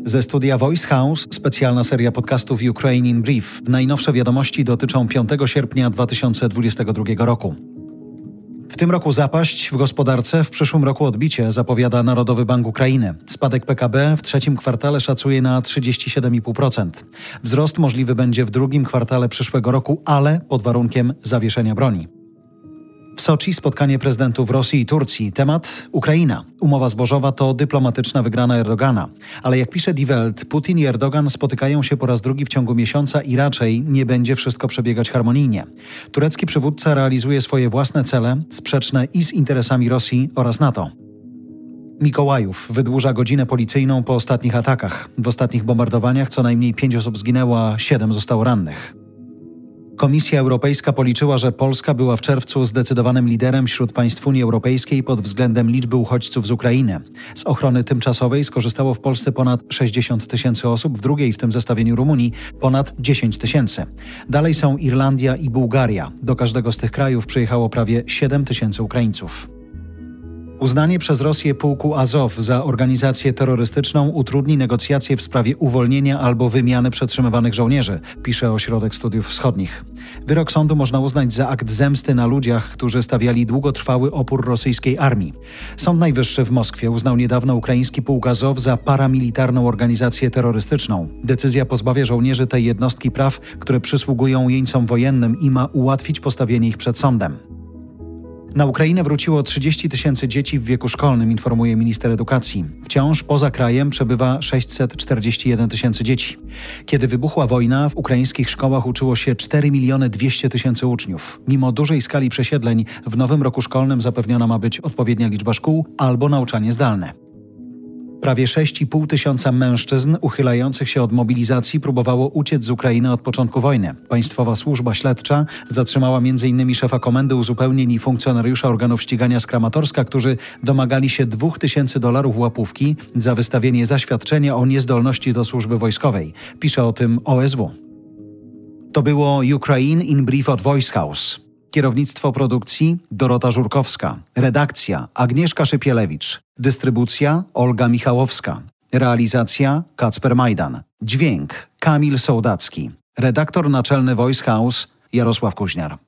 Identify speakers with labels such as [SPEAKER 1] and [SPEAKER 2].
[SPEAKER 1] Ze studia Voice House specjalna seria podcastów Ukraine in Brief. Najnowsze wiadomości dotyczą 5 sierpnia 2022 roku. W tym roku zapaść w gospodarce, w przyszłym roku odbicie, zapowiada Narodowy Bank Ukrainy. Spadek PKB w trzecim kwartale szacuje na 37,5%. Wzrost możliwy będzie w drugim kwartale przyszłego roku, ale pod warunkiem zawieszenia broni. W Soczi spotkanie prezydentów Rosji i Turcji. Temat Ukraina. Umowa zbożowa to dyplomatyczna wygrana Erdogana. Ale jak pisze Die Welt, Putin i Erdogan spotykają się po raz drugi w ciągu miesiąca i raczej nie będzie wszystko przebiegać harmonijnie. Turecki przywódca realizuje swoje własne cele, sprzeczne i z interesami Rosji oraz NATO. Mikołajów wydłuża godzinę policyjną po ostatnich atakach. W ostatnich bombardowaniach co najmniej 5 osób zginęło, a 7 zostało rannych. Komisja Europejska policzyła, że Polska była w czerwcu zdecydowanym liderem wśród państw Unii Europejskiej pod względem liczby uchodźców z Ukrainy. Z ochrony tymczasowej skorzystało w Polsce ponad 60 tysięcy osób, w drugiej w tym zestawieniu Rumunii ponad 10 tysięcy. Dalej są Irlandia i Bułgaria. Do każdego z tych krajów przyjechało prawie 7 tysięcy Ukraińców. Uznanie przez Rosję pułku Azow za organizację terrorystyczną utrudni negocjacje w sprawie uwolnienia albo wymiany przetrzymywanych żołnierzy, pisze Ośrodek Studiów Wschodnich. Wyrok sądu można uznać za akt zemsty na ludziach, którzy stawiali długotrwały opór rosyjskiej armii. Sąd Najwyższy w Moskwie uznał niedawno ukraiński pułk Azow za paramilitarną organizację terrorystyczną. Decyzja pozbawia żołnierzy tej jednostki praw, które przysługują jeńcom wojennym i ma ułatwić postawienie ich przed sądem. Na Ukrainę wróciło 30 tysięcy dzieci w wieku szkolnym, informuje minister edukacji. Wciąż poza krajem przebywa 641 tysięcy dzieci. Kiedy wybuchła wojna, w ukraińskich szkołach uczyło się 4 200 000 uczniów. Mimo dużej skali przesiedleń, w nowym roku szkolnym zapewniona ma być odpowiednia liczba szkół albo nauczanie zdalne. Prawie 6,5 tysiąca mężczyzn uchylających się od mobilizacji próbowało uciec z Ukrainy od początku wojny. Państwowa Służba Śledcza zatrzymała m.in. szefa Komendy Uzupełnień i funkcjonariusza organów ścigania z Kramatorska, którzy domagali się $2000 łapówki za wystawienie zaświadczenia o niezdolności do służby wojskowej. Pisze o tym OSW. To było Ukraine in Brief od Voice House. Kierownictwo produkcji Dorota Żurkowska. Redakcja Agnieszka Szypielewicz. Dystrybucja Olga Michałowska. Realizacja Kacper Majdan. Dźwięk Kamil Sołdacki. Redaktor naczelny Voice House Jarosław Kuźniar.